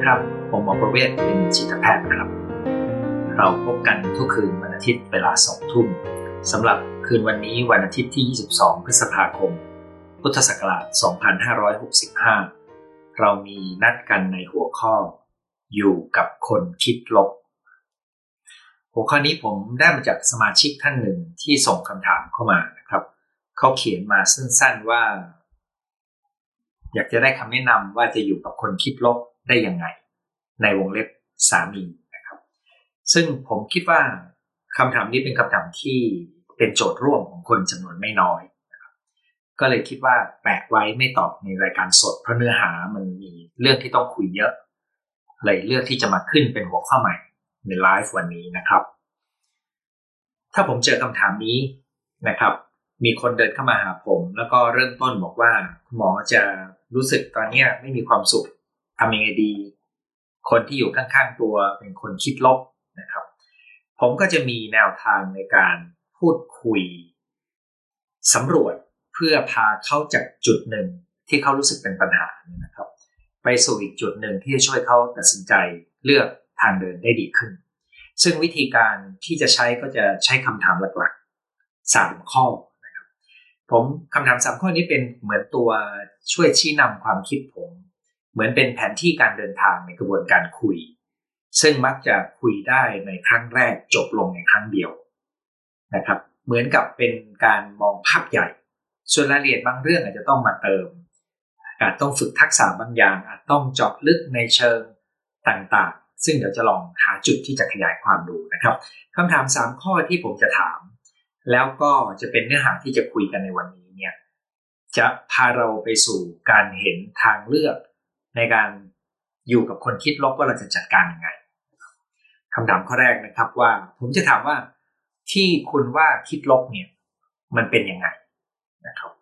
ครับผมหมอประเวศเป็นจิตแพทย์ครับเราพบกันทุกคืนวันอาทิตย์เวลา 20:00 น.สำหรับคืนวันนี้วันอาทิตย์ที่22พฤษภาคมพุทธศักราช2565เรามีนัดกันในหัวข้ออยู่กับคนคิดลบหัวข้อนี้ผมได้มาจากสมาชิกท่านหนึ่งที่ส่งคำถามเข้ามานะครับเขาเขียนมาสั้นๆว่าอยากจะได้คำแนะนำว่าจะอยู่กับคนคิดลบได้ยังไงในวงเล็บสามีนะครับซึ่งผมคิดว่าคำถามนี้เป็นคำถามที่เป็นโจทย์ร่วมของคนจำนวนไม่น้อยนะครับก็เลยคิดว่าแปะไว้ไม่ตอบในรายการสดเพราะเนื้อหามันมีเรื่องที่ต้องคุยเยอะเลยเลือกที่จะมาขึ้นเป็นหัวข้อใหม่ในไลฟ์วันนี้นะครับถ้าผมเจอคำถามนี้นะครับมีคนเดินเข้ามาหาผมแล้วก็เริ่มต้นบอกว่าหมอจะรู้สึกตอนนี้ไม่มีความสุขทำยังไงดีคนที่อยู่ข้างๆตัวเป็นคนคิดลบนะครับผมก็จะมีแนวทางในการพูดคุยสำรวจเพื่อพาเขาจากจุดหนึ่งที่เขารู้สึกเป็นปัญหานะครับไปสู่อีกจุดหนึ่งที่จะช่วยเขาตัดสินใจเลือกทางเดินได้ดีขึ้นซึ่งวิธีการที่จะใช้ก็จะใช้คำถามหลักๆ3ข้อนะครับผมคำถาม3ข้อนี้เป็นเหมือนตัวช่วยชี้นำความคิดผมเหมือนเป็นแผนที่การเดินทางในกระบวนการคุยซึ่งมักจะคุยได้ในครั้งแรกจบลงในครั้งเดียวนะครับเหมือนกับเป็นการมองภาพใหญ่ส่วนรายละเอียดบางเรื่องอาจจะต้องมาเติมอาจต้องฝึกทักษะบางอย่างอาจต้องเจาะลึกในเชิงต่างๆซึ่งเดี๋ยวจะลองหาจุดที่จะขยายความดูนะครับคำถาม3ข้อที่ผมจะถามแล้วก็จะเป็นเนื้อหาที่จะคุยกันในวันนี้เนี่ยจะพาเราไปสู่การเห็นทางเลือกในการอยู่กับคนคิดลบว่าเราจะจัดการยังไงคำถามข้อแรกนะครับว่าผมจะถามว่าที่คุณว่าคิดลบเนี่ยมันเป็นยังไงนะครับ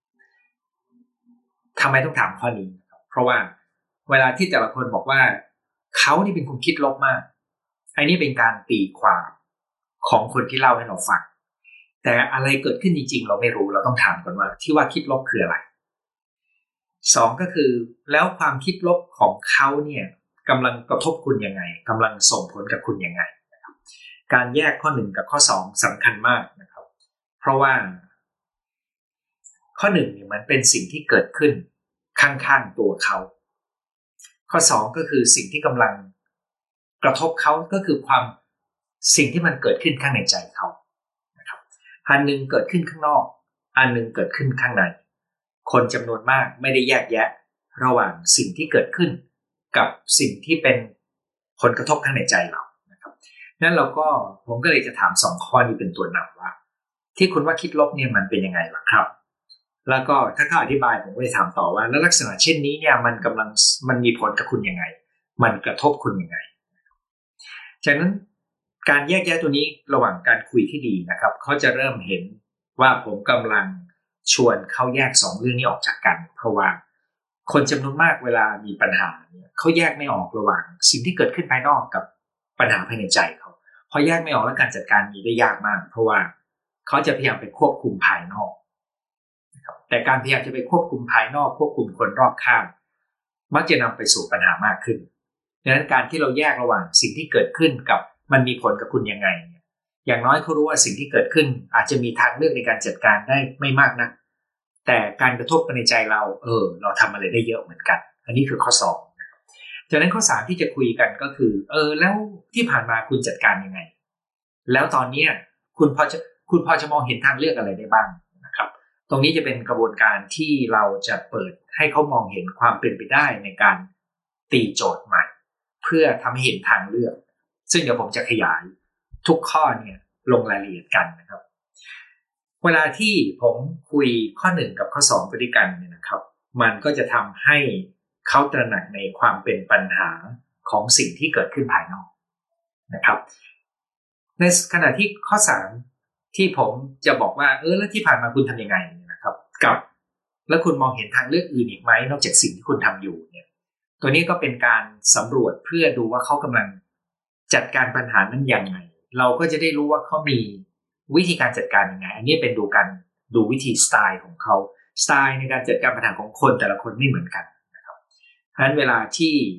ทำไมต้องถามข้อนี้นะครับเพราะว่าเวลาที่แต่ละคนบอกว่าเขานี่เป็นคนคิดลบมากไอ้นี่เป็นการตีความของคนที่เล่าให้เราฟังแต่อะไรเกิดขึ้นจริงๆเราไม่รู้เราต้องถามก่อนว่าที่ว่าคิดลบคืออะไร2ก็คือแล้วความคิดลบของเขาเนี่ยกำลังกระทบคุณยังไงกำลังส่งผลกับคุณยังไงนะครับการแยกข้อ1กับข้อ2สำคัญมากนะครับเพราะว่าข้อ1เนี่ยมันเป็นสิ่งที่เกิดขึ้นข้างๆตัวเขาข้อ2ก็คือสิ่งที่กำลังกระทบเขาก็คือสิ่งที่มันเกิดขึ้นข้างในใจเขานะครับอันนึงเกิดขึ้นข้างนอกอันนึงเกิดขึ้นข้างในคนจำนวนมากไม่ได้แยกแยะระหว่างสิ่งที่เกิดขึ้นกับสิ่งที่เป็นผลกระทบข้างในใจเรานะครับนั่นผมก็เลยจะถาม2ข้อนี้เป็นตัวนำว่าที่คุณว่าคิดลบเนี่ยมันเป็นยังไงล่ะครับแล้วก็ถ้าเขาอธิบายผมก็จะถามต่อว่าแล้วลักษณะเช่นนี้เนี่ยมันมีผลกับคุณยังไงมันกระทบคุณยังไงฉะนั้นการแยกแยะตัวนี้ระหว่างการคุยที่ดีนะครับเขาจะเริ่มเห็นว่าผมกำลังชวนเขาแยก2เรื่องนี้ออกจากกันเพราะว่าคนจำนวนมากเวลามีปัญหาเนี่ยเขาแยกไม่ออกระหว่างสิ่งที่เกิดขึ้นภายนอกกับปัญหาภายในใจเขาพอแยกไม่ออกแล้วการจัดการมีได้ยากมากเพราะว่าเขาจะพยายามไปควบคุมภายนอกแต่การพยายามจะไปควบคุมภายนอกควบคุมคนรอบข้างมักจะนำไปสู่ปัญหามากขึ้นดังนั้นการที่เราแยกระหว่างสิ่งที่เกิดขึ้นกับมันมีผลกับคุณยังไงอย่างน้อยเขารู้ว่าสิ่งที่เกิดขึ้นอาจจะมีทางเลือกในการจัดการได้ไม่มากนักแต่การกระทบในใจเราทำอะไรได้เยอะเหมือนกันอันนี้คือข้อ2จากนั้นข้อ3ที่จะคุยกันก็คือแล้วที่ผ่านมาคุณจัดการยังไงแล้วตอนนี้คุณพอจะมองเห็นทางเลือกอะไรได้บ้างนะครับตรงนี้จะเป็นกระบวนการที่เราจะเปิดให้เขามองเห็นความเป็นไปได้ในการตีโจทย์ใหม่เพื่อทำให้เห็นทางเลือกซึ่งเดี๋ยวผมจะขยายทุกข้อเนี่ยลงรายละเอียดกันนะครับเวลาที่ผมคุยข้อ1กับข้อ2ไปด้วยกันเนี่ยนะครับมันก็จะทำให้เขาตระหนักในความเป็นปัญหาของสิ่งที่เกิดขึ้นภายนอกนะครับในขณะที่ข้อ3ที่ผมจะบอกว่าแล้วที่ผ่านมาคุณทำยังไงนะครับกับแล้วคุณมองเห็นทางเลือกอื่นอีกไหมนอกจากสิ่งที่คุณทำอยู่เนี่ยตัวนี้ก็เป็นการสำรวจเพื่อดูว่าเขากำลังจัดการปัญหานั้นยังไงเราก็จะได้รู้ว่าเขามีวิธีการจัดการยังไงอันนี้เป็นดูวิธีสไตล์ของเขาสไตล์ในการจัดการปัญหาของคนแต่ละคนไม่เหมือนกันนะครับเพราะฉะนั้นเวลาที่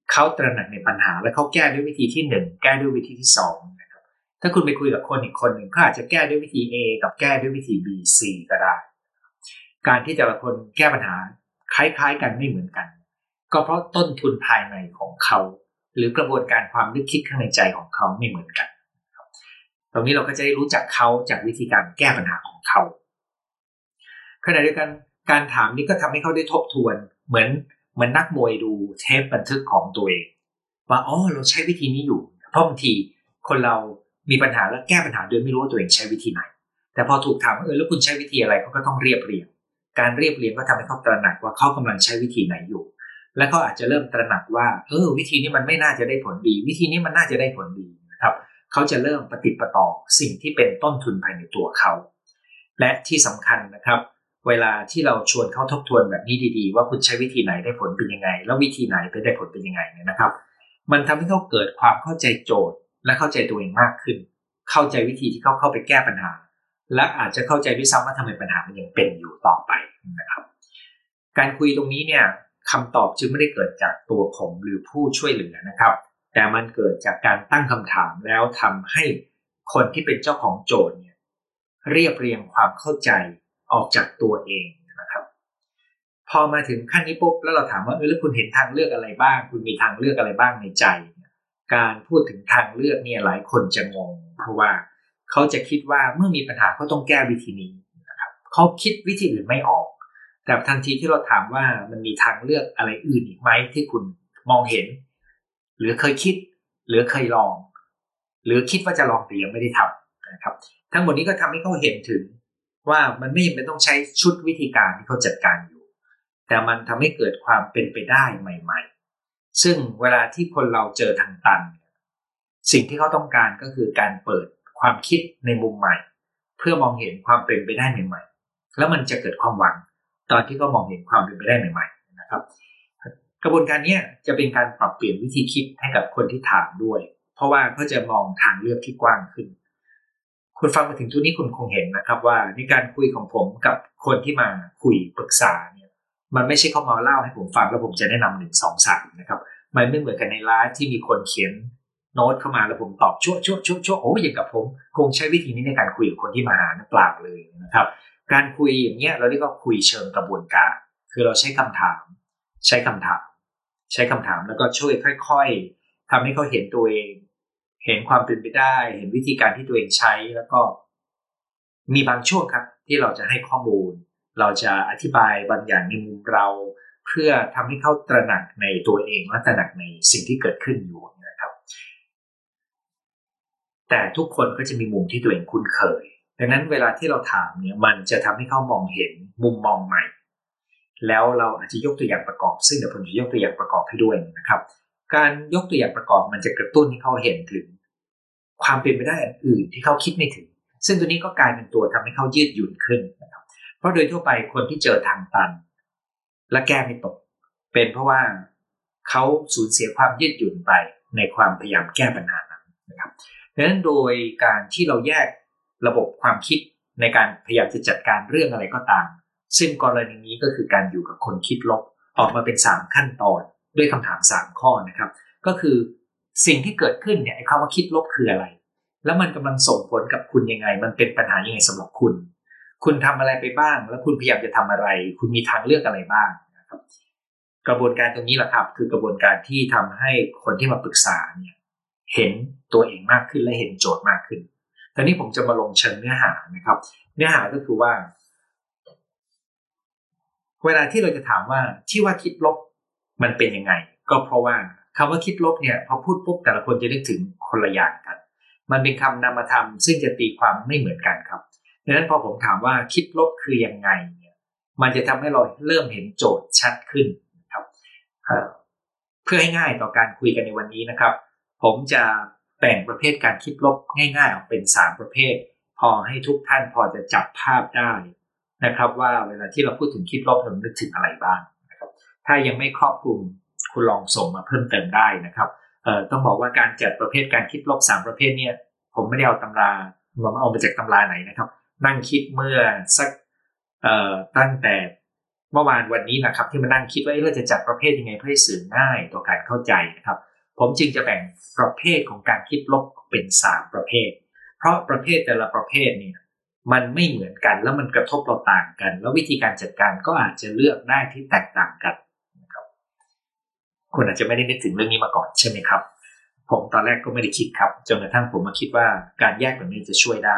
เขาตระหนักในปัญหาและเขาแก้ด้วยวิธีที่1แก้ด้วยวิธีที่2นะครับถ้าคุณไปคุยกับคนอีกคนหนึ่งเขาอาจจะแก้ด้วยวิธี A กับแก้ด้วยวิธี B C ก็ได้การที่แต่ละคนแก้ปัญหาคล้ายๆกันไม่เหมือนกันก็เพราะต้นทุนภายในของเขาหรือกระบวนการความนึกคิดข้างในใจของเขาไม่เหมือนกันตรงนี้เราก็จะได้รู้จักเขาจากวิธีการแก้ปัญหาของเขาขณะเดียวกันการถามนี้ก็ทำให้เขาได้ทบทวนเหมือนนักมวยดูเทปบันทึกของตัวเองว่าเราใช้วิธีนี้อยู่เพราะบางทีคนเรามีปัญหาแล้วแก้ปัญหาโดยไม่รู้ว่าตัวเองใช้วิธีไหนแต่พอถูกถามว่าแล้วคุณใช้วิธีอะไรเขาก็ต้องเรียบเรียงการเรียบเรียงก็ทำให้เขาตระหนักว่าเขากำลังใช้วิธีไหนอยู่และเขาอาจจะเริ่มตระหนักว่าวิธีนี้มันไม่น่าจะได้ผลดีวิธีนี้มันน่าจะได้ผลดีนะครับเขาจะเริ่มปฏิปต่อสิ่งที่เป็นต้นทุนภายในตัวเขาและที่สำคัญนะครับเวลาที่เราชวนเขาทบทวนแบบนี้ดีๆว่าคุณใช้วิธีไหนได้ผลเป็นยังไงแล้ววิธีไหนไปได้ผลเป็นยังไงเนี่ยนะครับมันทำให้เขาเกิดความเข้าใจโจทย์และเข้าใจตัวเองมากขึ้นเข้าใจวิธีที่เขาเข้าไปแก้ปัญหาและอาจจะเข้าใจด้วยซ้ำว่าทำไมปัญหามันยังเป็นอยู่ต่อไปนะครับการคุยตรงนี้เนี่ยคำตอบจึงไม่ได้เกิดจากตัวผมหรือผู้ช่วยเหลือนะครับแต่มันเกิดจากการตั้งคำถามแล้วทำให้คนที่เป็นเจ้าของโจทย์เนี่ยเรียบเรียงความเข้าใจออกจากตัวเองนะครับพอมาถึงขั้นนี้ปุ๊บแล้วเราถามว่าแล้วคุณเห็นทางเลือกอะไรบ้างคุณมีทางเลือกอะไรบ้างในใจการพูดถึงทางเลือกเนี่ยหลายคนจะงงเพราะว่าเขาจะคิดว่าเมื่อมีปัญหาเขาต้องแก้วิธีนี้นะครับเขาคิดวิธีอื่นไม่ออกแต่ทันทีที่เราถามว่ามันมีทางเลือกอะไรอื่นอีกไหมที่คุณมองเห็นหรือเคยคิดหรือเคยลองหรือคิดว่าจะลองแต่ยังไม่ได้ทำนะครับทั้งหมดนี้ก็ทำให้เขาเห็นถึงว่ามันไม่จำเป็นต้องใช้ชุดวิธีการที่เขาจัดการอยู่แต่มันทำให้เกิดความเป็นไปได้ใหม่ๆซึ่งเวลาที่คนเราเจอทางตันสิ่งที่เขาต้องการก็คือการเปิดความคิดในมุมใหม่เพื่อมองเห็นความเป็นไปได้ใหม่ๆแล้วมันจะเกิดความหวังตอนที่เขามองเห็นความเป็นไปได้ใหม่ๆนะครับกระบวนการนี้จะเป็นการปรับเปลี่ยนวิธีคิดให้กับคนที่ถามด้วยเพราะว่าเขาจะมองทางเลือกที่กว้างขึ้นคุณฟังมาถึงทุกนี้คุณคงเห็นนะครับว่าในการคุยของผมกับคนที่มาคุยปรึกษาเนี่ยมันไม่ใช่เขามาเล่าให้ผมฟังแล้วผมจะแนะนำ1 2 3นะครับมันไม่เหมือนกันในไลฟ์ที่มีคนเขียนโน้ตเข้ามาแล้วผมตอบชั่วอย่างกับผมคงใช้วิธีนี้ในการคุยกับคนที่มาหาเปล่าเลยนะครับการคุยอย่างเงี้ยเราเรียกว่าคุยเชิงกระบวนการคือเราใช้คำถามแล้วก็ช่วยค่อยๆทำให้เขาเห็นตัวเองเห็นความเป็นไปได้เห็นวิธีการที่ตัวเองใช้แล้วก็มีบางช่วงครับที่เราจะให้ข้อมูลเราจะอธิบายบางอย่างในมุมเราเพื่อทำให้เขาตระหนักในตัวเองและตระหนักในสิ่งที่เกิดขึ้นอยู่นะครับแต่ทุกคนก็จะมีมุมที่ตัวเองคุ้นเคยดังนั้นเวลาที่เราถามเนี่ยมันจะทำให้เขามองเห็นมุมมองใหม่แล้วเราอาจจะยกตัวอย่างประกอบซึ่งเดี๋ยวผมจะยกตัวอย่างประกอบให้ด้วยนะครับการยกตัวอย่างประกอบมันจะกระตุ้นให้เขาเห็นถึงความเป็นไปได้อื่นที่เขาคิดไม่ถึงซึ่งตัวนี้ก็กลายเป็นตัวทำให้เขายืดหยุ่นขึ้นนะครับเพราะโดยทั่วไปคนที่เจอทางตันและแก้ไม่ตกเป็นเพราะว่าเขาสูญเสียความยืดหยุ่นไปในความพยายามแก้ปัญหานั้นนะครับดังนั้นโดยการที่เราแยกระบบความคิดในการพยายามจะจัดการเรื่องอะไรก็ตามซึ่งกรณีนี้ก็คือการอยู่กับคนคิดลบออกมาเป็น3ขั้นตอนด้วยคำถาม3ข้อนะครับก็คือสิ่งที่เกิดขึ้นเนี่ยไอ้คำว่าคิดลบคืออะไรแล้วมันกำลังส่งผลกับคุณยังไงมันเป็นปัญหายังไงสำหรับคุณคุณทำอะไรไปบ้างแล้วคุณพยายามจะทำอะไรคุณมีทางเลือกอะไรบ้างนะครับกระบวนการตรงนี้แหละครับคือกระบวนการที่ทำให้คนที่มาปรึกษาเนี่ยเห็นตัวเองมากขึ้นและเห็นโจทย์มากขึ้นตอนนี้ผมจะมาลงเชิงเนื้อหานะครับเนื้อหาก็คือว่าเวลาที่เราจะถามว่าที่ว่าคิดลบมันเป็นยังไงก็เพราะว่าคำว่าคิดลบเนี่ยพอพูดปุ๊บแต่ละคนจะนึกถึงคนละอย่างกันมันเป็นคำนามธรรมซึ่งจะตีความไม่เหมือนกันครับดังนั้นพอผมถามว่าคิดลบคือยังไงเนี่ยมันจะทำให้เราเริ่มเห็นโจทย์ชัดขึ้นครับเพื่อให้ง่ายต่อการคุยกันในวันนี้นะครับผมจะแบ่งประเภทการคิดลบง่ายๆออกเป็น3ประเภทพอให้ทุกท่านพอจะจับภาพได้นะครับว่าเวลาที่เราพูดถึงคิดลบเรานึกถึงอะไรบ้างนะครับถ้ายังไม่ครอบคลุมคุณลองส่งมาเพิ่มเติมได้นะครับต้องบอกว่าการจัดประเภทการคิดลบ3ประเภทเนี่ยผมไม่ได้เอาตำราเอามาจากตำราไหนนะครับนั่งคิดเมื่อสักตั้งแต่เมื่อวานวันนี้นะครับที่มานั่งคิดว่าเราจะจัดประเภทยังไงเพื่อให้สื่อง่ายต่อการเข้าใจนะครับผมจึงจะแบ่งประเภทของการคิดลบเป็น3ประเภทเพราะประเภทแต่ละประเภทเนี่ยมันไม่เหมือนกันแล้วมันกระทบเราต่างกันแล้ววิธีการจัดการก็อาจจะเลือกได้ที่แตกต่างกันนะครับคุณอาจจะไม่ได้นึกถึงเรื่องนี้มาก่อนใช่ไหมครับผมตอนแรกก็ไม่ได้คิดครับจนกระทั่งผมมาคิดว่าการแยกแบบนี้จะช่วยได้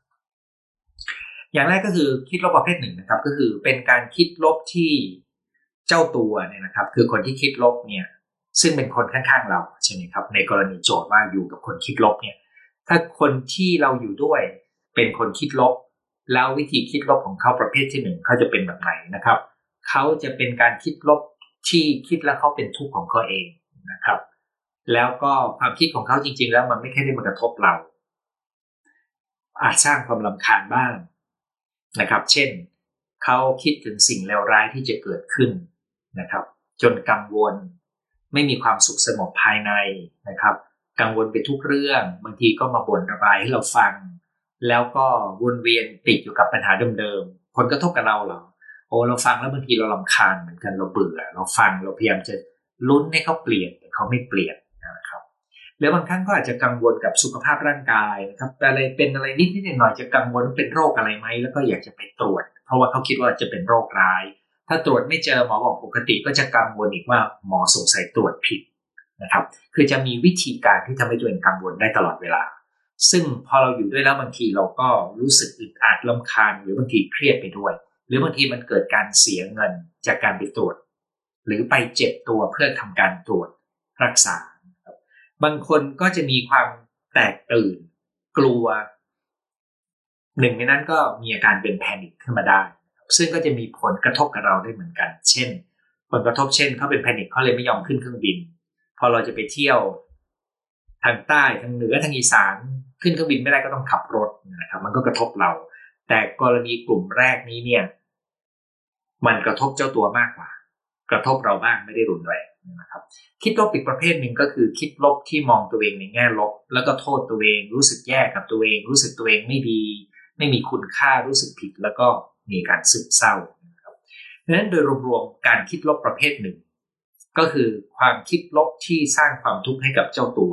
อย่างแรกก็คือคิดลบประเภทหนึ่งนะครับก็คือเป็นการคิดลบที่เจ้าตัวเนี่ยนะครับคือคนที่คิดลบเนี่ยซึ่งเป็นคนข้างๆเราใช่ไหมครับในกรณีโจทย์ว่าอยู่กับคนคิดลบเนี่ยถ้าคนที่เราอยู่ด้วยเป็นคนคิดลบแล้ววิธีคิดลบของเขาประเภทที่หนึ่งเขาจะเป็นแบบไหนนะครับเขาจะเป็นการคิดลบที่คิดแล้วเขาเป็นทุกข์ของเขาเองนะครับแล้วก็ความคิดของเขาจริงๆแล้วมันไม่แค่ได้มากระทบเราอาจสร้างความรำคาญบ้างนะครับเช่นเขาคิดถึงสิ่งเลวร้ายที่จะเกิดขึ้นนะครับจนกังวลไม่มีความสุขสงบภายในนะครับกังวลไปทุกเรื่องบางทีก็มาบ่นระบายให้เราฟังแล้วก็วนเวียนติดอยู่กับปัญหาเดิมๆผลกระทบกับเราเหรอโอ้เราฟังแล้วบางทีเรารำคาญเหมือนกันเราเบื่อเราฟังเราพยายามจะลุ้นให้เขาเปลี่ยนแต่เขาไม่เปลี่ยนนะครับหรือบางครั้งก็อาจจะกังวลกับสุขภาพร่างกายนะครับอะไรเป็นอะไรนิดหน่อยจะกังวลเป็นโรคอะไรไหมแล้วก็อยากจะไปตรวจเพราะว่าเขาคิดว่าจะเป็นโรคร้ายถ้าตรวจไม่เจอหมอบอกปกติก็จะกังวลอีกว่าหมอสงสัยตรวจผิดนะครับคือจะมีวิธีการที่ทำให้ตัวเองกังวลได้ตลอดเวลาซึ่งพอเราอยู่ด้วยแล้วบางทีเราก็รู้สึกอึดอัดรำคาญหรือบางทีเครียดไปด้วยหรือบางทีมันเกิดการเสียเงินจากการไปตรวจหรือไปเจ็บตัวเพื่อทำการตรวจรักษาบางคนก็จะมีความแตกตื่นกลัวหนึ่งในนั้นก็มีอาการเป็นแพนิคขึ้นมาได้ซึ่งก็จะมีผลกระทบกับเราได้เหมือนกันเช่นผลกระทบเช่นเขาเป็นแพนิคเขาเลยไม่ยอมขึ้นเครื่องบินพอเราจะไปเที่ยวทางใต้ทางเหนือทางอีสานขึ้นเครื่องบินไม่ได้ก็ต้องขับรถนะครับมันก็กระทบเราแต่กรณีกลุ่มแรกนี้เนี่ยมันกระทบเจ้าตัวมากกว่ากระทบเราบ้างไม่ได้รุนแรงนะครับคิดลบอีกประเภทหนึ่งก็คือคิดลบที่มองตัวเองในแง่ลบแล้วก็โทษตัวเองรู้สึกแย่กับตัวเองรู้สึกตัวเองไม่ดีไม่มีคุณค่ารู้สึกผิดแล้วก็มีการซึมเศร้านะครับดังนั้นโดยรวมๆการคิดลบประเภทหนึ่งก็คือความคิดลบที่สร้างความทุกข์ให้กับเจ้าตัว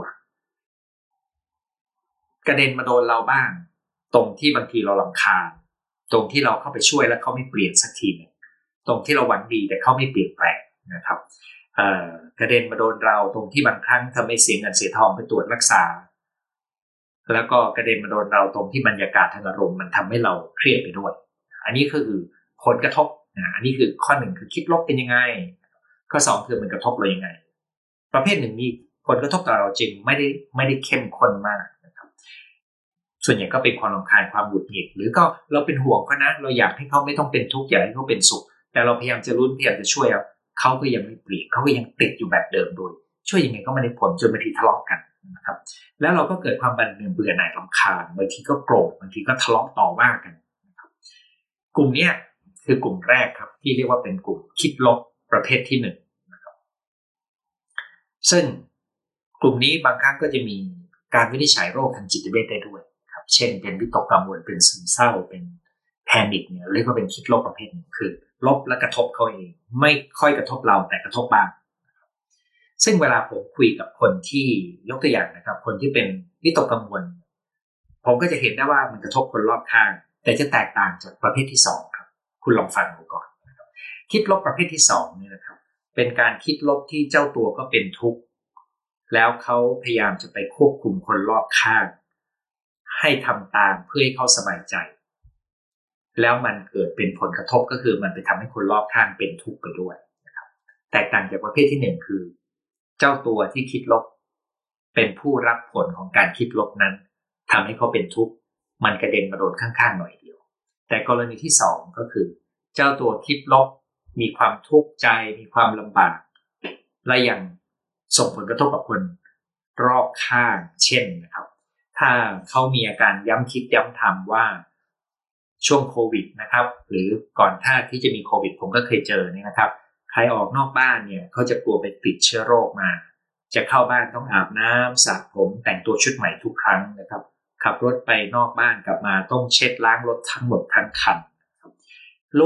กระเด็นมาโดนเราบ้างตรงที่บางทีเรารำคาญตรงที่เราเข้าไปช่วยแล้วเขาไม่เปลี่ยนสักทีนึงตรงที่เราหวังดีแต่เขาไม่เปลี่ยนแปลงนะครับกระเด็นมาโดนเราตรงที่บางครั้งทำให้เสียเงินเสียทองไปตรวจรักษาแล้วก็กระเด็นมาโดนเราตรงที่บรรยากาศทางอารมณ์มันทำให้เราเครียดไปด้วยอันนี้คือผลกระทบอันนี้คือข้อหนึ่งคือคิดลบเป็นยังไงข้อสองคือมันกระทบเรายังไงประเภทหนึ่งนี้ผลกระทบต่อเราจริงไม่ได้เข้มข้นมากนะครับส่วนใหญ่ก็เป็นความรำคาญความหงุดหงิดหรือก็เราเป็นห่วงเขานะเราอยากให้เขาไม่ต้องเป็นทุกข์อยากให้เขาเป็นสุขแต่เราพยายามจะลุ้นพยายามจะช่วยเขาก็ยังไม่เปลี่ยนเขาก็ยังติดอยู่แบบเดิมโดยช่วยยังไงก็ไม่ได้ผลจนบางทีทะเลาะกันนะครับแล้วเราก็เกิดความบันเทิงเบื่อหน่ายรำคาญบางทีก็โกรธบางทีก็ทะเลาะต่อว่ากันนะครับกลุ่มนี้คือกลุ่มแรกครับที่เรียกว่าเป็นกลุ่มคิดลบประเภทที่หนึ่งนะครับซึ่งกลุ่มนี้บางครั้งก็จะมีการวินิจฉัยโรคทางจิตเวชได้ด้วยครับเช่นเป็นวิตกกังวลเป็นซึมเศร้าเป็นแพนิคเนี่ยเรียกว่าเป็นคิดลบประเภทหนึ่งคือลบและกระทบเขาเองไม่ค่อยกระทบเราแต่กระทบบ้างซึ่งเวลาผมคุยกับคนที่ยกตัวอย่างนะครับคนที่เป็นวิตกกังวลผมก็จะเห็นได้ว่ามันกระทบคนรอบข้างแต่จะแตกต่างจากประเภทที่สองครับคุณลองฟังดูก่อนนะครับคิดลบประเภทที่สองเนี่ยนะครับเป็นการคิดลบที่เจ้าตัวก็เป็นทุกข์แล้วเขาพยายามจะไปควบคุมคนรอบข้างให้ทำตามเพื่อให้เขาสบายใจแล้วมันเกิดเป็นผลกระทบก็คือมันไปทำให้คนรอบข้างเป็นทุกข์ไปด้วยนะครับแตกต่างจากประเภทที่หนึ่งคือเจ้าตัวที่คิดลบเป็นผู้รับผลของการคิดลบนั้นทำให้เขาเป็นทุกข์มันกระเด็นมาโดนข้างๆหน่อยเดียวแต่กรณีที่สองก็คือเจ้าตัวคิดลบมีความทุกข์ใจมีความลำบากและยังส่งผลกระทบกับคนรอบข้างเช่นนะครับถ้าเขามีอาการย้ำคิดย้ำทำว่าช่วงโควิดนะครับหรือก่อนท่าที่จะมีโควิดผมก็เคยเจอเนี่ยนะครับใครออกนอกบ้านเนี่ยเขาจะกลัวไปติดเชื้อโรคมาจะเข้าบ้านต้องอาบน้ำสระผมแต่งตัวชุดใหม่ทุกครั้งนะครับขับรถไปนอกบ้านกลับมาต้องเช็ดล้างรถทั้งหมดทั้งคันลูก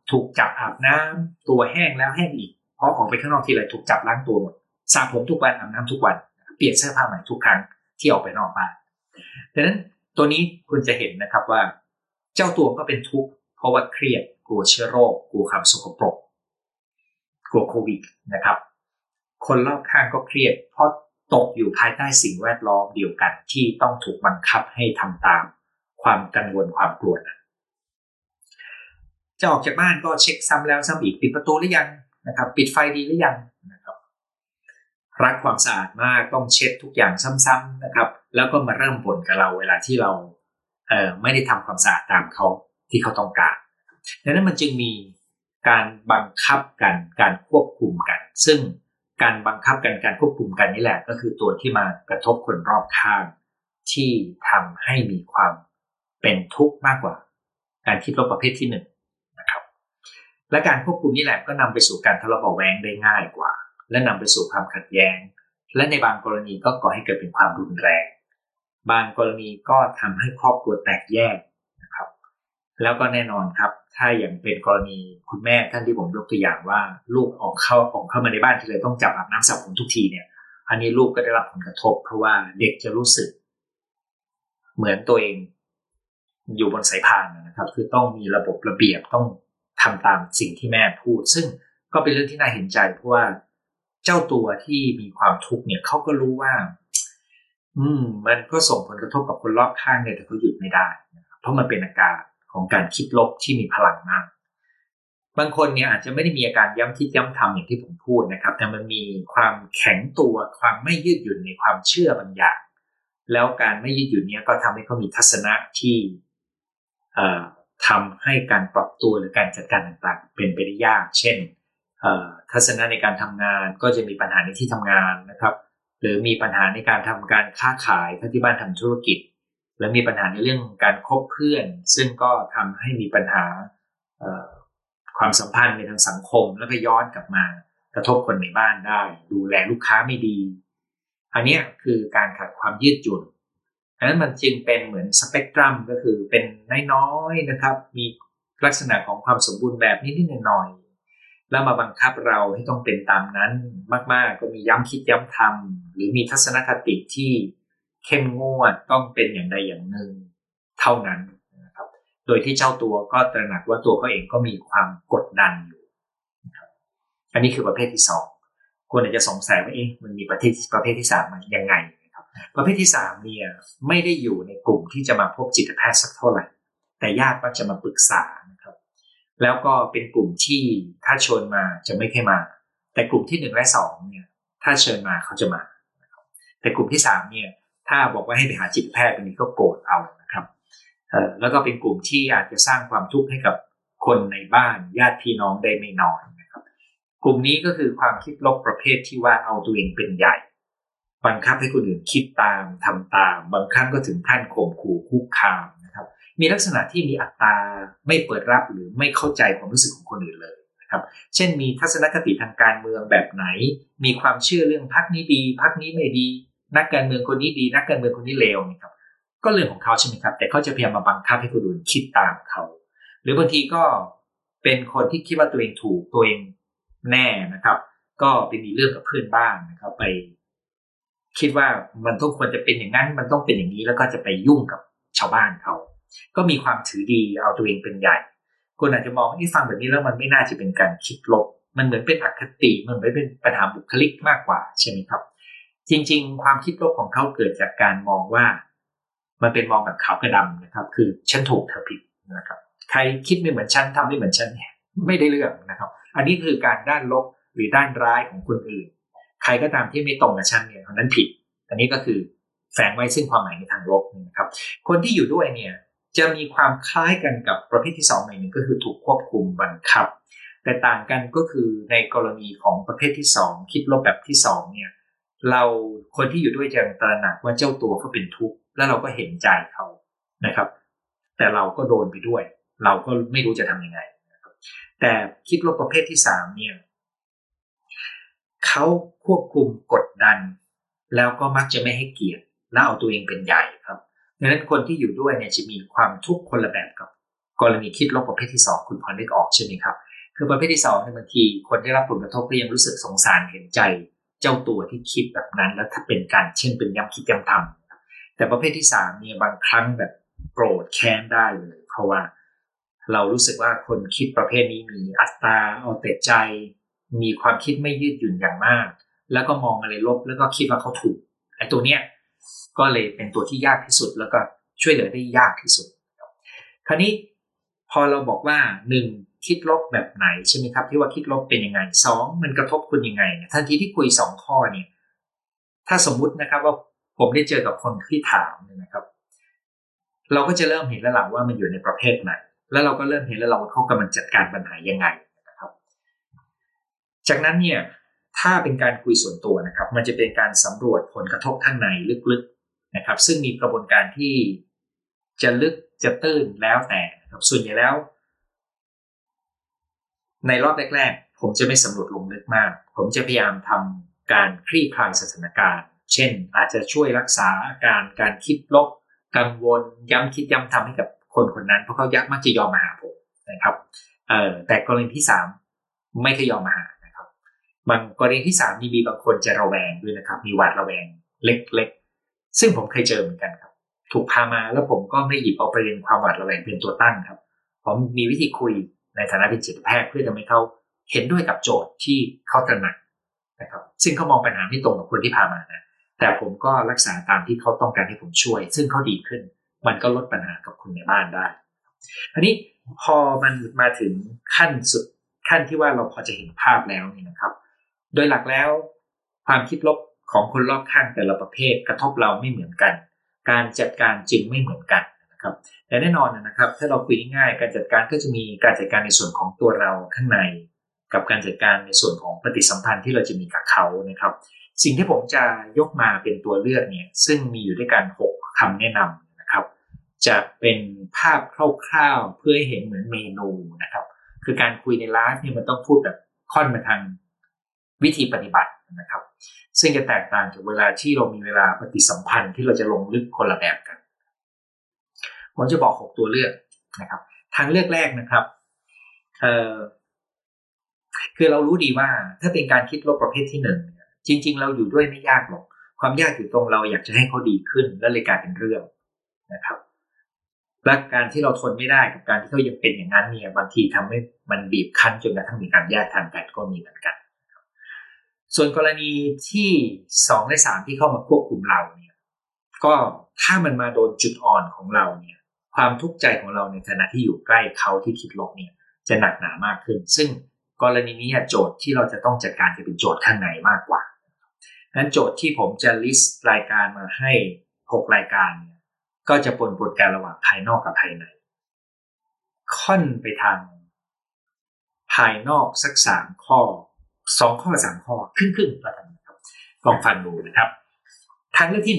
ถูกจับอาบน้ำตัวแห้งแล้วแห้งอีกเพราะออกไปข้างนอกทีไรถูกจับล้างตัวหมดสระผมทุกวันอาบน้ำทุกวันเปลี่ยนเสื้อผ้าใหม่ทุกครั้งที่ออกไปนอกบ้านดังนั้นตัวนี้คุณจะเห็นนะครับว่าเจ้าตัวก็เป็นทุกข์เพราะว่าเครียดกลัวเชื้อโรคกลัวความสกปรกกลัวโควิดนะครับคนรอบข้างก็เครียดเพราะตกอยู่ภายใต้สิ่งแวดล้อมเดียวกันที่ต้องถูกบังคับให้ทำตามความกังวลความกลัวนะจะออกจากบ้านก็เช็คซ้ำแล้วซ้ำอีกปิดประตูหรือยังนะครับปิดไฟดีหรือยังนะครับรักความสะอาดมากต้องเช็ดทุกอย่างซ้ำๆนะครับแล้วก็มาเริ่มบ่นกับเราเวลาที่เราไม่ได้ทำความสะอาดตามเขาที่เขาต้องการดังนั้นมันจึงมีการบังคับกันการควบคุมกันซึ่งการบังคับกันการควบคุมกันนี่แหละก็คือตัวที่มากระทบคนรอบข้างที่ทำให้มีความเป็นทุกข์มากกว่าการคิดลบประเภทที่หนึ่งนะครับและการควบคุมนี่แหละก็นำไปสู่การทะเลาะเบาะแว้งได้ง่ายกว่าและนำไปสู่ความขัดแย้งและในบางกรณีก็ก่อให้เกิดเป็นความรุนแรงบางกรณีก็ทำให้ครอบครัวแตกแยกนะครับแล้วก็แน่นอนครับถ้าอย่างเป็นกรณีคุณแม่ท่านที่ผมยกตัวอย่างว่าลูกออกเข้ามาในบ้านทีไรต้องจับอาบน้ำสระผมทุกทีเนี่ยอันนี้ลูกก็ได้รับผลกระทบเพราะว่าเด็กจะรู้สึกเหมือนตัวเองอยู่บนสายพานนะครับคือต้องมีระบบระเบียบต้องทำตามสิ่งที่แม่พูดซึ่งก็เป็นเรื่องที่น่าเห็นใจเพราะว่าเจ้าตัวที่มีความทุกข์เนี่ยเขาก็รู้ว่ามันก็ส่งผลกระทบกับคนรอบข้างเนี่ยแต่เขาหยุดไม่ได้นะครับเพราะมันเป็นอาการของการคิดลบที่มีพลังมากบางคนเนี่ยอาจจะไม่ได้มีอาการย้ำคิดย้ำทำอย่างที่ผมพูดนะครับแต่มันมีความแข็งตัวความไม่ยืดหยุ่นในความเชื่อบางอย่างแล้วการไม่ยืดหยุ่นเนี่ยก็ทำให้เขามีทัศนะที่ทำให้การปรับตัวหรือการจัดการต่างๆเป็นไปได้ยากเช่นทัศนะในการทำงานก็จะมีปัญหาในที่ทำงานนะครับหรือมีปัญหาในการทำการค้าขายถ้าที่บ้านทำธุรกิจและมีปัญหาในเรื่องการคบเพื่อนซึ่งก็ทำให้มีปัญหาความสัมพันธ์ในทางสังคมแล้วก็ย้อนกลับมากระทบคนในบ้านได้ดูแลลูกค้าไม่ดีอันนี้คือการขาดความยืดหยุ่นดังนั้นมันจึงเป็นเหมือนสเปกตรัมก็คือเป็นน้อยๆนะครับมีลักษณะของความสมบูรณ์แบบนิดๆหน่อยๆแล้วมาบังคับเราให้ต้องเป็นตามนั้นมากๆก็มีย้ำคิดย้ำทำหรือมีทัศนคติที่เข้มงวดต้องเป็นอย่างใดอย่างหนึ่งเท่านั้นนะครับโดยที่เจ้าตัวก็ตระหนักว่าตัวเขาเองก็มีความกดดันอยู่นะครับอันนี้คือประเภทที่สองคนอาจจะสงสัยว่ามันมีประเภทที่สามมันยังไงนะครับประเภทที่สามเนี่ยไม่ได้อยู่ในกลุ่มที่จะมาพบจิตแพทย์สักเท่าไหร่แต่ญาติมักจะมาปรึกษานะครับแล้วก็เป็นกลุ่มที่ถ้าเชิญมาจะไม่ค่อยมาแต่กลุ่มที่1และ2เนี่ยถ้าเชิญมาเขาจะมานะครับแต่กลุ่มที่3เนี่ยถ้าบอกว่าให้ไปหาจิตแพทย์บางทีก็โกรธเอานะครับแล้วก็เป็นกลุ่มที่อาจจะสร้างความทุกข์ให้กับคนในบ้านญาติพี่น้องได้ไม่น้อยนะครับกลุ่มนี้ก็คือความคิดลบประเภทที่ว่าเอาตัวเองเป็นใหญ่บังคับให้คนอื่นคิดตามทำตามบางครั้งก็ถึงขั้นข่มขู่คุกคามนะครับมีลักษณะที่มีอัตราไม่เปิดรับหรือไม่เข้าใจความรู้สึกของคนอื่นเลยนะครับเช่นมีทัศนคติทางการเมืองแบบไหนมีความเชื่อเรื่องพรรคนี้ดีพรรคนี้ไม่ดีนักการเมืองคนนี้ดีนักการเมืองคนนี้เลวนะครับก็เรื่องของเขาใช่ไหมครับแต่เขาจะพยายามมาบังคับให้คนอื่นคิดตามเขาหรือบางทีก็เป็นคนที่คิดว่าตัวเองถูกตัวเองแน่นะครับก็ไปมีเรื่องกับเพื่อนบ้านนะครับไปคิดว่ามันต้องควรจะเป็นอย่างนั้นมันต้องเป็นอย่างนี้แล้วก็จะไปยุ่งกับชาวบ้านเขาก็มีความถือดีเอาตัวเองเป็นใหญ่คนอาจจะมองฟังแบบนี้แล้วมันไม่น่าจะเป็นการคิดลบมันเหมือนเป็นอคติมันเหมือนเป็นปัญหาบุคลิกมากกว่าใช่ไหมครับจริงๆความคิดลบของเขาเกิดจากการมองว่ามันเป็นมองแบบขาวกับดำนะครับคือฉันถูกเธอผิดนะครับใครคิดไม่เหมือนฉันทำไม่เหมือนฉันเนี่ยไม่ได้เรื่องนะครับอันนี้คือการด้านลบหรือด้านร้ายของคนอื่นใครก็ตามที่ไม่ตรงกับฉันเนี่ยคนนั้นผิดอันนี้ก็คือแฝงไว้ซึ่งความหมายในทางลบนะครับคนที่อยู่ด้วยเนี่ยจะมีความคล้ายกันกับประเภทที่2หนึ่งก็คือถูกควบคุมบังคับแต่ต่างกันก็คือในกรณีของประเภทที่2คิดลบแบบที่2เนี่ยเราคนที่อยู่ด้วยจะตระหนักว่าเจ้าตัวเขาเป็นทุกข์แล้วเราก็เห็นใจเขานะครับแต่เราก็โดนไปด้วยเราก็ไม่รู้จะทำยังไงนะครับแต่คิดลบประเภทที่3เนี่ยเขาควบคุมกดดันแล้วก็มักจะไม่ให้เกียรติและเอาตัวเองเป็นใหญ่ครับดังนั้นคนที่อยู่ด้วยเนี่ยจะมีความทุกข์คนละแบบกับกรณีคิดลบประเภทที่2คุณพอนึกออกใช่ไหมครับคือประเภทที่2เนี่ยบางทีคนได้รับผลกระทบก็ยังรู้สึกสงสารเห็นใจเจ้าตัวที่คิดแบบนั้นแล้วถ้าเป็นการเช่นเป็นย้ำคิดย้ำทำแต่ประเภทที่3เนี่ยบางครั้งแบบโกรธแค้นได้เลยเพราะว่าเรารู้สึกว่าคนคิดประเภทนี้มีอัตราเอาแต่ใจมีความคิดไม่ยืดหยุ่นอย่างมากแล้วก็มองอะไรลบแล้วก็คิดว่าเขาถูกไอ้ตัวเนี้ยก็เลยเป็นตัวที่ยากที่สุดแล้วก็ช่วยเหลือได้ยากที่สุดคราวนี้พอเราบอกว่า1คิดลบแบบไหนใช่ไหมครับที่ว่าคิดลบเป็นยังไง2มันกระทบคุณยังไงทันทีที่คุย2ข้อเนี่ยถ้าสมมุตินะครับว่าผมได้เจอกับคนที่ถามนะครับเราก็จะเริ่มเห็นแล้วหลังว่ามันอยู่ในประเภทไหนแล้วเราก็เริ่มเห็นแล้วเราเขากำลังจัดการปัญหายังไงนะครับจากนั้นเนี่ยถ้าเป็นการคุยส่วนตัวนะครับมันจะเป็นการสำรวจผลกระทบข้างในลึกๆนะครับซึ่งมีกระบวนการที่จะลึกจะตื้นแล้วแต่นะครับส่วนใหญ่แล้วในรอบแรกๆผมจะไม่สำรวจลงลึกมากผมจะพยายามทำการคลี่คลายสถานการณ์เช่นอาจจะช่วยรักษาอาการคิดลบกังวลย้ำคิดย้ำทำให้กับคนคนนั้นเพราะเขามักจะยอมมาหาผมนะครับแต่กรณีที่3ไม่เคยยอมมาหานะครับบางกรณีที่3มีบางคนจะระแวงด้วยนะครับมีหวาดระแวงเล็กๆซึ่งผมเคยเจอเหมือนกันครับถูกพามาแล้วผมก็ไม่หยิบเอาประเด็นความหวาดระแวงเป็นตัวตั้งครับผมมีวิธีคุยในฐานะเป็นจิตแพทย์เพื่อทำให้เขาเห็นด้วยกับโจทย์ที่เขาตระหนักนะครับซึ่งเขามองปัญหาไม่ตรงกับคนที่พามานะแต่ผมก็รักษาตามที่เขาต้องการให้ผมช่วยซึ่งเขาดีขึ้นมันก็ลดปัญหากับคนในบ้านได้อันนี้พอมันมาถึงขั้นสุดขั้นที่ว่าเราพอจะเห็นภาพแล้วนี่นะครับโดยหลักแล้วความคิดลบของคนรอบข้างแต่ละประเภทกระทบเราไม่เหมือนกันการจัดการจึงไม่เหมือนกันนะครับแต่แน่นอนนะครับถ้าเราคุยง่ายๆการจัดการก็จะมีการจัดการในส่วนของตัวเราข้างในกับการจัดการในส่วนของปฏิสัมพันธ์ที่เราจะมีกับเขานะครับสิ่งที่ผมจะยกมาเป็นตัวเลือกเนี่ยซึ่งมีอยู่ด้วยกัน6คำแนะนำนะครับจะเป็นภาพคร่าวๆเพื่อให้เห็นเหมือนเมนูนะครับคือการคุยในไลฟ์เนี่ยมันต้องพูดแบบค่อนมาทางวิธีปฏิบัตินะครับซึ่งจะแตกต่างจากเวลาที่เรามีเวลาปฏิสัมพันธ์ที่เราจะลงลึกคนละแบบกันผมจะบอก6ตัวเลือกนะครับทางเลือกแรกนะครับคือเรารู้ดีว่าถ้าเป็นการคิดลบประเภทที่1จริงๆเราอยู่ด้วยไม่ยากหรอกความยากอยู่ตรงเราอยากจะให้เขาดีขึ้นและเลยกลายเป็นเรื่องนะครับและการที่เราทนไม่ได้กับการที่เขายังเป็นอย่างนั้นเนี่ยบางทีทำให้มันบีบคั้นจนกระทั่งมีการแยกทางกันก็มีเหมือนกันส่วนกรณีที่2และ3ที่เข้ามาควบคุมเราเนี่ยก็ถ้ามันมาโดนจุดอ่อนของเราเนี่ยความทุกข์ใจของเราในฐานะที่อยู่ใกล้เขาที่คิดลบเนี่ยจะหนักหนามากขึ้นซึ่งกรณีนี้โจทย์ที่เราจะต้องจัดการจะเป็นโจทย์ข้างในมากกว่านั้นโจทย์ที่ผมจะ list รายการมาให้6รายการเนี่ยก็จะปนกันระหว่างภายนอกกับภายในค่อนไปทางภายนอกสัก3ข้อ2ข้อ3ข้อครึ่งๆแล้วกันนะครับลองฟังดูนะครับทางเลือกที่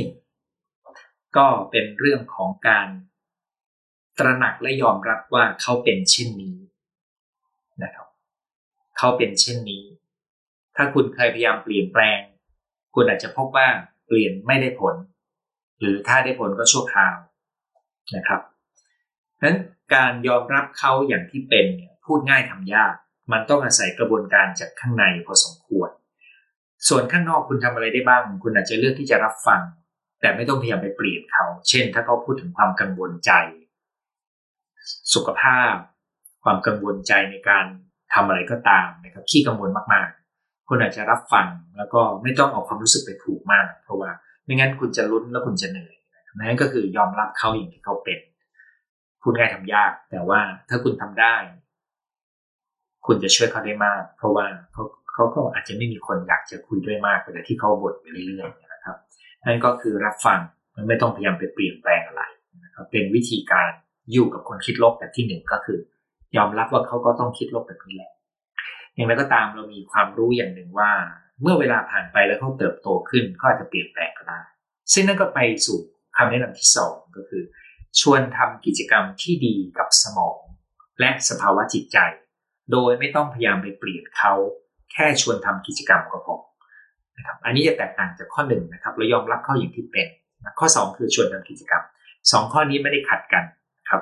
1ก็เป็นเรื่องของการตระหนักและยอมรับว่าเขาเป็นเช่นนี้นะครับเขาเป็นเช่นนี้ถ้าคุณเคยพยายามเปลี่ยนแปลงคุณอาจจะพบว่าเปลี่ยนไม่ได้ผลหรือถ้าได้ผลก็ชั่วคราวนะครับนั้นการยอมรับเขาอย่างที่เป็นเนี่ยพูดง่ายทำยากมันต้องอาศัยกระบวนการจากข้างในพอสมควรส่วนข้างนอกคุณทำอะไรได้บ้างคุณอาจจะเลือกที่จะรับฟังแต่ไม่ต้องพยายามไปเปลี่ยนเขาเช่นถ้าเขาพูดถึงความกังวลใจสุขภาพความกังวลใจในการทำอะไรก็ตามนะครับขี้กังวลมากๆคุณอาจจะรับฟังแล้วก็ไม่ต้องเอาความรู้สึกไปผูกมากเพราะว่าไม่งั้นคุณจะลุ้นแล้วคุณจะเหนื่อยนั่นก็คือยอมรับเขาอย่างที่เขาเป็นพูดง่ายทำยากแต่ว่าถ้าคุณทำได้คุณจะช่วยเขาได้มากเพราะว่าเขาก็อาจจะไม่มีคนอยากจะคุยด้วยมากเวลาที่เขาบ่นไปเรื่อยๆนะครับนั่นก็คือรับฟังไม่ต้องพยายามไปเปลี่ยนแปลงอะไรนะครับเป็นวิธีการอยู่กับคนคิดลบแบบที่1ก็คือยอมรับว่าเขาก็ต้องคิดลบแบบนี้แหละอย่างไรก็ตามเรามีความรู้อย่างหนึ่งว่าเมื่อเวลาผ่านไปแล้วเขาเติบโตขึ้นเขาอาจจะเปลี่ยนแปลงก็ได้ซึ่งนั่นก็ไปสู่คำแนะนำที่2ก็คือชวนทำกิจกรรมที่ดีกับสมองและสภาวะจิตใจโดยไม่ต้องพยายามไปเปลี่ยนเขาแค่ชวนทำกิจกรรมก็พอนะครับอันนี้จะแตกต่างจากข้อ1นะครับเรายอมรับเขาอย่างที่เป็นข้อ2คือชวนทำกิจกรรม2ข้อนี้ไม่ได้ขัดกันครับ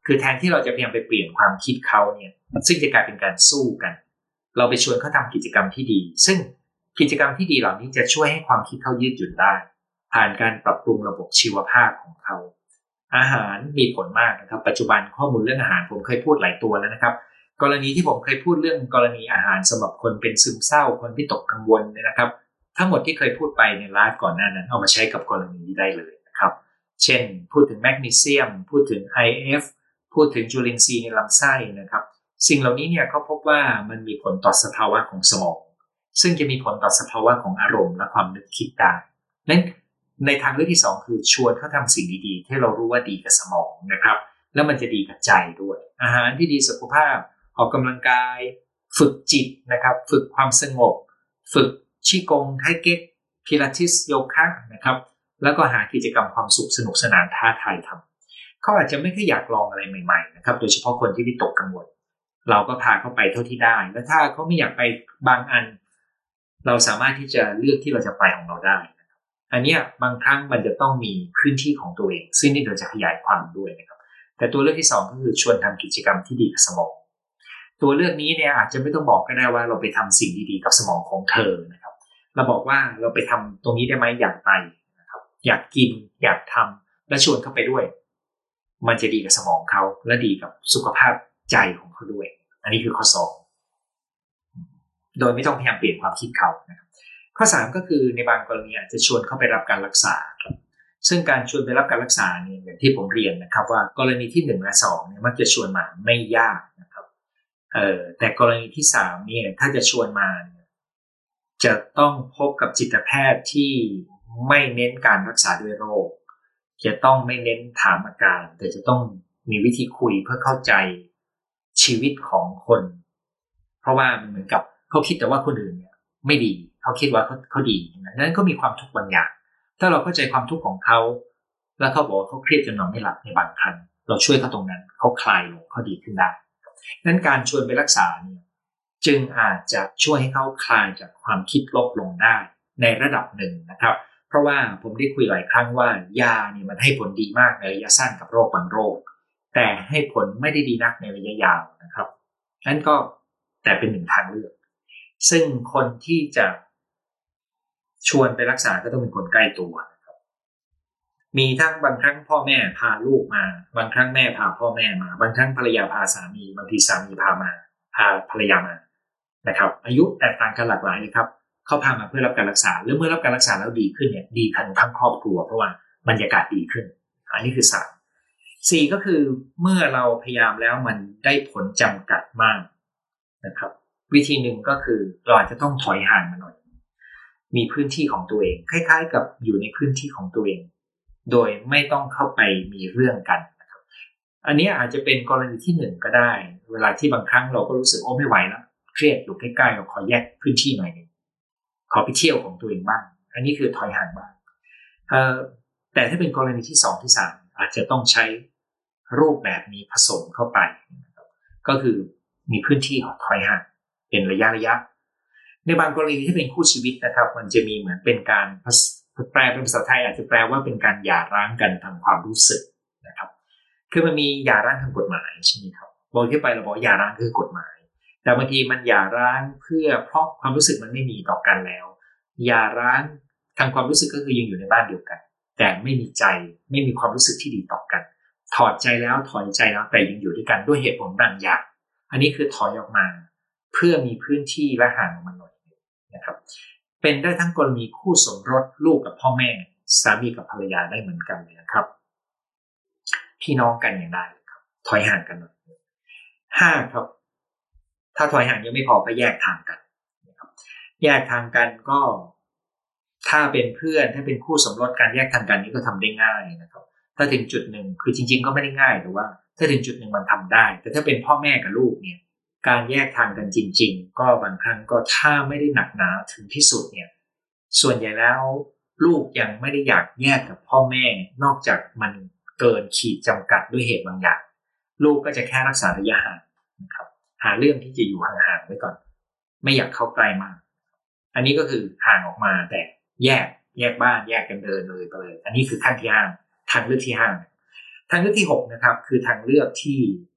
คือแทนที่เราจะพยายามไปเปลี่ยนความคิดเขาเนี่ยซึ่งจะกลายเป็นการสู้กันเราไปชวนเขาทำกิจกรรมที่ดีซึ่งกิจกรรมที่ดีเหล่านี้จะช่วยให้ความคิดเขายืดหยุ่นได้ผ่านการปรับปรุงระบบชีวภาพของเขาอาหารมีผลมากนะครับปัจจุบันข้อมูลเรื่องอาหารผมเคยพูดหลายตัวแล้วนะครับกรณีที่ผมเคยพูดเรื่องกรณีอาหารสำหรับคนเป็นซึมเศร้าคนที่ตกกังวลเนี่ยนะครับทั้งหมดที่เคยพูดไปในไลฟ์ก่อนหน้านั้นเอามาใช้กับกรณีนี้ได้เลยนะครับเช่นพูดถึงแมกนีเซียมพูดถึง IF พูดถึงจุลินทรีย์ในลำไส้นะครับสิ่งเหล่านี้เนี่ยเขาพบว่ามันมีผลต่อสภาวะของสมองซึ่งจะมีผลต่อสภาวะของอารมณ์และความนึกคิดได้นั้นในทางเลือกที่2คือชวนเขาทำสิ่งดีๆที่เรารู้ว่าดีกับสมองนะครับแล้วมันจะดีกับใจด้วยอาหารที่ดีสุขภาพออกกำลังกายฝึกจิตนะครับฝึกความสงบฝึกชีกงไทเก๊กพิลาทิสโยคะนะครับแล้วก็หากิจกรรมความสุขสนุกสนานท้าทายทำเขาอาจจะไม่ค่อยอยากลองอะไรใหม่ๆนะครับโดยเฉพาะคนที่วิตกกังวลเราก็พาเขาไปเท่าที่ได้และถ้าเขาไม่อยากไปบางอันเราสามารถที่จะเลือกที่เราจะไปของเราได้อันนี้บางครั้งมันจะต้องมีพื้นที่ของตัวเองซึ่งนี่เราจะขยายความด้วยนะครับแต่ตัวเลือกที่2ก็คือชวนทำกิจกรรมที่ดีกับสมองตัวเลือกนี้เนี่ยอาจจะไม่ต้องบอกก็ได้ว่าเราไปทำสิ่งดีๆกับสมองของเธอนะครับเราบอกว่าเราไปทำตรงนี้ได้ไหมอยากไปนะครับอยากกินอยากทำและชวนเขาไปด้วยมันจะดีกับสมองเขาและดีกับสุขภาพใจของเขาด้วยอันนี้คือข้อ2โดยไม่ต้องพยายามเปลี่ยนความคิดเขานะครับข้อ3ก็คือในบางกรณีอาจจะชวนเขาไปรับการรักษาครับซึ่งการชวนไปรับการรักษาเนี่ยอย่างที่ผมเรียนนะครับว่ากรณีที่1และ2เนี่ยมักจะชวนมาไม่ยากนะครับแต่กรณีที่3เนี่ยถ้าจะชวนมาจะต้องพบกับจิตแพทย์ที่ไม่เน้นการรักษาด้วยโรคจะต้องไม่เน้นถามอาการแต่จะต้องมีวิธีคุยเพื่อเข้าใจชีวิตของคนเพราะว่ามันเหมือนกับเขาคิดแต่ว่าคนอื่นเนี่ยไม่ดีเขาคิดว่าเขาดีนั้นก็มีความทุกข์บางอย่างถ้าเราเข้าใจความทุกข์ของเขาแล้วเขาบอกว่าเขาเครียดจนนอนไม่หลับในบางครั้งเราช่วยเขาตรงนั้นเขาคลายลงเขาดีขึ้นได้นั้นการชวนไปรักษาเนี่ยจึงอาจจะช่วยให้เขาคลายจากความคิดลบลงได้ในระดับหนึ่งนะครับเพราะว่าผมได้คุยหลายครั้งว่ายาเนี่ยมันให้ผลดีมากในระยะสั้นกับโรคบางโรคแต่ให้ผลไม่ได้ดีนักในระยะยาวนะครับนั้นก็แต่เป็นหนึ่งทางเลือกซึ่งคนที่จะชวนไปรักษาก็ต้องเป็นคนใกล้ตัวนะครับมีทั้งบางครั้งพ่อแม่พาลูกมาบางครั้งแม่พาพ่อแม่มาบางครั้งภรรยาพาสามีบางทีสามีพาภรรยามานะครับอายุแตกต่างกันหลากหลายเลยครับเขาพามาเพื่อรับการรักษาแล้วเมื่อรับการรักษาแล้วดีขึ้นเนี่ยดีทั้งครอบครัวเพราะว่าบรรยากาศดีขึ้นอันนี้คือ4ก็คือเมื่อเราพยายามแล้วมันได้ผลจำกัดมากนะครับวิธีหนึ่งก็คือเราอาจจะต้องถอยห่างมาหน่อยมีพื้นที่ของตัวเองคล้ายๆกับอยู่ในพื้นที่ของตัวเองโดยไม่ต้องเข้าไปมีเรื่องกันนะครับอันนี้อาจจะเป็นกรณีที่1ก็ได้เวลาที่บางครั้งเราก็รู้สึกโอ้ไม่ไหวแล้วเครียดอยู่ใกล้ๆเราขอแยกพื้นที่หน่อยนึงขอไปเที่ยวของตัวเองบ้างอันนี้คือถอยห่างบ้างแต่ถ้าเป็นกรณีที่2ที่3อาจจะต้องใช้รูปแบบนี้ผสมเข้าไปก็คือมีพื้นที่ของถอยห่างเป็นระยะในบางกรณีที่เป็นคู่ชีวิตนะครับมันจะมีเหมือนเป็นการแปลเป็นภาษาไทยอาจจะแปลว่าเป็นการหย่าร้างกันทางความรู้สึกนะครับคือมันมีหย่าร้างทางกฎหมายใช่ไหมครับบอกที่ไปเราบอกหย่าร้างคือกฎหมายแต่บางทีมันหย่าร้างเพื่อเพราะความรู้สึกมันไม่มีต่อกันแล้วหย่าร้างทางความรู้สึกก็คือยังอยู่ในบ้านเดียวกันแต่ไม่มีใจไม่มีความรู้สึกที่ดีต่อกันถอดใจแล้วถอยใจแล้วแต่ยังอยู่ด้วยกันด้วยเหตุผลบางอย่างอันนี้คือถอยออกมาเพื่อมีพื้นที่และห่างออกมาหน่อยนะครับเป็นได้ทั้งกรณีคู่สมรสลูกกับพ่อแม่สามีกับภรรยาได้เหมือนกันเลยนะครับพี่น้องกันอย่างได้ครับถอยห่างกันหน่อย5ครับถ้าถอยห่างยังไม่พอก็แยกทางกันนะครับแยกทางกันก็ถ้าเป็นเพื่อนถ้าเป็นคู่สมรสการแยกทางกันนี้ก็ทำได้ง่ายนะครับถ้าถึงจุดหนึ่งคือจริงๆก็ไม่ได้ง่ายหรือว่าถ้าถึงจุดหนึ่งมันทำได้แต่ถ้าเป็นพ่อแม่กับลูกเนี่ยการแยกทางกันจริงๆก็บางครั้งก็ถ้าไม่ได้หนักหนาถึงที่สุดเนี่ยส่วนใหญ่แล้วลูกยังไม่ได้อยากแยกกับพ่อแม่นอกจากมันเกินขีดจำกัดด้วยเหตุบางอย่างลูกก็จะแค่รักษาระยะห่างนะครับหาเรื่องที่จะอยู่ห่างๆไว้ก่อนไม่อยากเข้าใกล้มากอันนี้ก็คือห่างออกมาแต่แยกบ้านแยกกันเดินเลยไปเลยอันนี้คือขั้นที่5ทางเลือกที่5 ทางเลือกที่6นะครับคือทางเลือกที่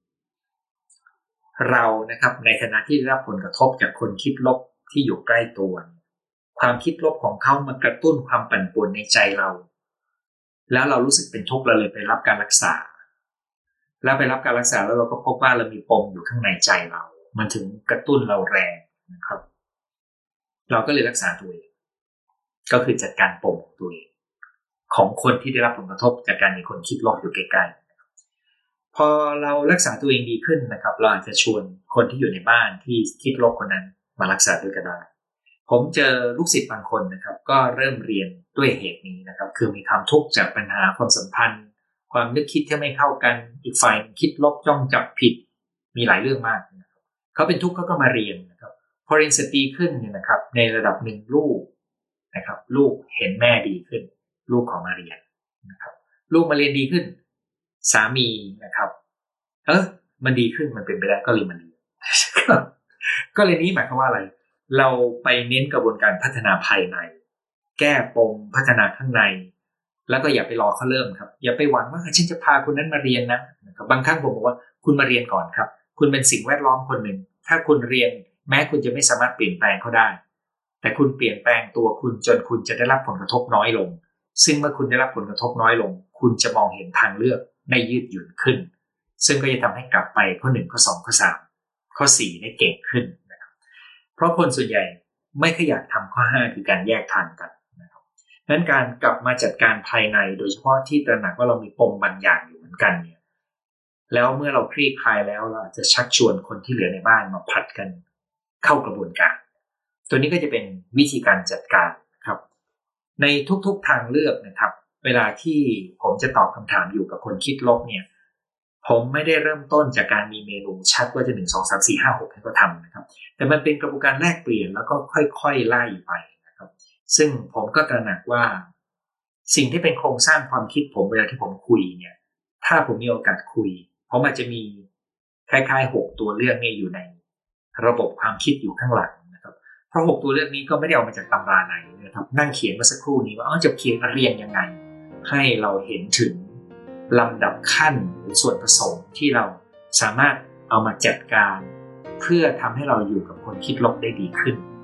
เรานะครับในฐานะที่ได้รับผลกระทบจากคนคิดลบที่อยู่ใกล้ตัวความคิดลบของเขามากระตุ้นความปั่นป่วนในใจเราแล้วเรารู้สึกเป็นทุกข์เราเลยไปรับการรักษาแล้วไปรับการรักษาแล้วเราก็พบว่าเรามีปมอยู่ข้างในใจเรามันถึงกระตุ้นเราแรงนะครับเราก็เลยรักษาตัวเองก็คือจัดการปมของตัวเองของคนที่ได้รับผลกระทบจากการมีคนคิดลบอยู่ใกล้ๆพอเรารักษาตัวเองดีขึ้นนะครับเราอาจจะชวนคนที่อยู่ในบ้านที่คิดลบคนนั้นมารักษาด้วยกันได้ผมเจอลูกศิษย์บางคนนะครับก็เริ่มเรียนด้วยเหตุนี้นะครับคือมีความทุกข์จากปัญหาความสัมพันธ์ความนึกคิดที่ไม่เข้ากันอีกฝ่ายคิดลบจ้องจับผิดมีหลายเรื่องมากนะครับเขาเป็นทุกข์เขาก็มาเรียนนะครับพอเรียนเสร็จดีขึ้นเนี่ยนะครับในระดับหนึ่งลูกนะครับลูกเห็นแม่ดีขึ้นลูกขอมาเรียนนะครับลูกมาเรียนดีขึ้นสามีนะครับมันดีขึ้นมันเป็นไปได้ก็เลยมาเรียน ก็เลยนี้หมายความว่าอะไรเราไปเน้นกระบวนการพัฒนาภายในแก้ปมพัฒนาข้างในแล้วก็อย่าไปรอเขาเริ่มครับอย่าไปหวังว่าฉันจะพาคนนั้นมาเรียนนะครับบางครั้งผมบอกว่าคุณมาเรียนก่อนครับคุณเป็นสิ่งแวดล้อมคนหนึ่งถ้าคุณเรียนแม้คุณจะไม่สามารถเปลี่ยนแปลงเขาได้แต่คุณเปลี่ยนแปลงตัวคุณจนคุณจะได้รับผลกระทบน้อยลงซึ่งเมื่อคุณได้รับผลกระทบน้อยลงคุณจะมองเห็นทางเลือกได้ยืดหยุ่นขึ้นซึ่งก็จะทำให้กลับไปข้อ1ข้อ2ข้อ3ข้อ4ได้เก่งขึ้นนะครับเพราะคนส่วนใหญ่ไม่ค่อยอยากทำข้อ5คือการแยกทางกันนะครับนั้นการกลับมาจัดการภายในโดยเฉพาะที่ตระหนักว่าเรามีปมบางอย่างอยู่เหมือนกันเนี่ยแล้วเมื่อเราคลี่คลายแล้วเราอาจจะชักชวนคนที่เหลือในบ้านมาผัดกันเข้ากระบวนการตัวนี้ก็จะเป็นวิธีการจัดการครับในทุกๆทางเลือกนะครับเวลาที่ผมจะตอบคำถามอยู่กับคนคิดลบเนี่ยผมไม่ได้เริ่มต้นจากการมีเมนูชัดว่าจะ1 2 3 4 5 6ให้เขาทำนะครับแต่มันเป็นกระบวนการแลกเปลี่ยนแล้วก็ค่อยๆไล่ไปนะครับซึ่งผมก็ตระหนักว่าสิ่งที่เป็นโครงสร้างความคิดผมเวลาที่ผมคุยเนี่ยถ้าผมมีโอกาสคุยผมอาจจะมีคล้ายๆ6ตัวเลือกนี่อยู่ในระบบความคิดอยู่ข้างหลังนะครับเพราะ6ตัวเลือกนี้ก็ไม่ได้เอามาจากตำราไหนนะครับนั่งเขียนเมื่อสักครู่นี้ว่าจะเขียนเรียงยังไงให้เราเห็นถึงลำดับขั้นหรือส่วนผสมที่เราสามารถเอามาจัดการเพื่อทำให้เราอยู่กับคนคิดลบได้ดีขึ้น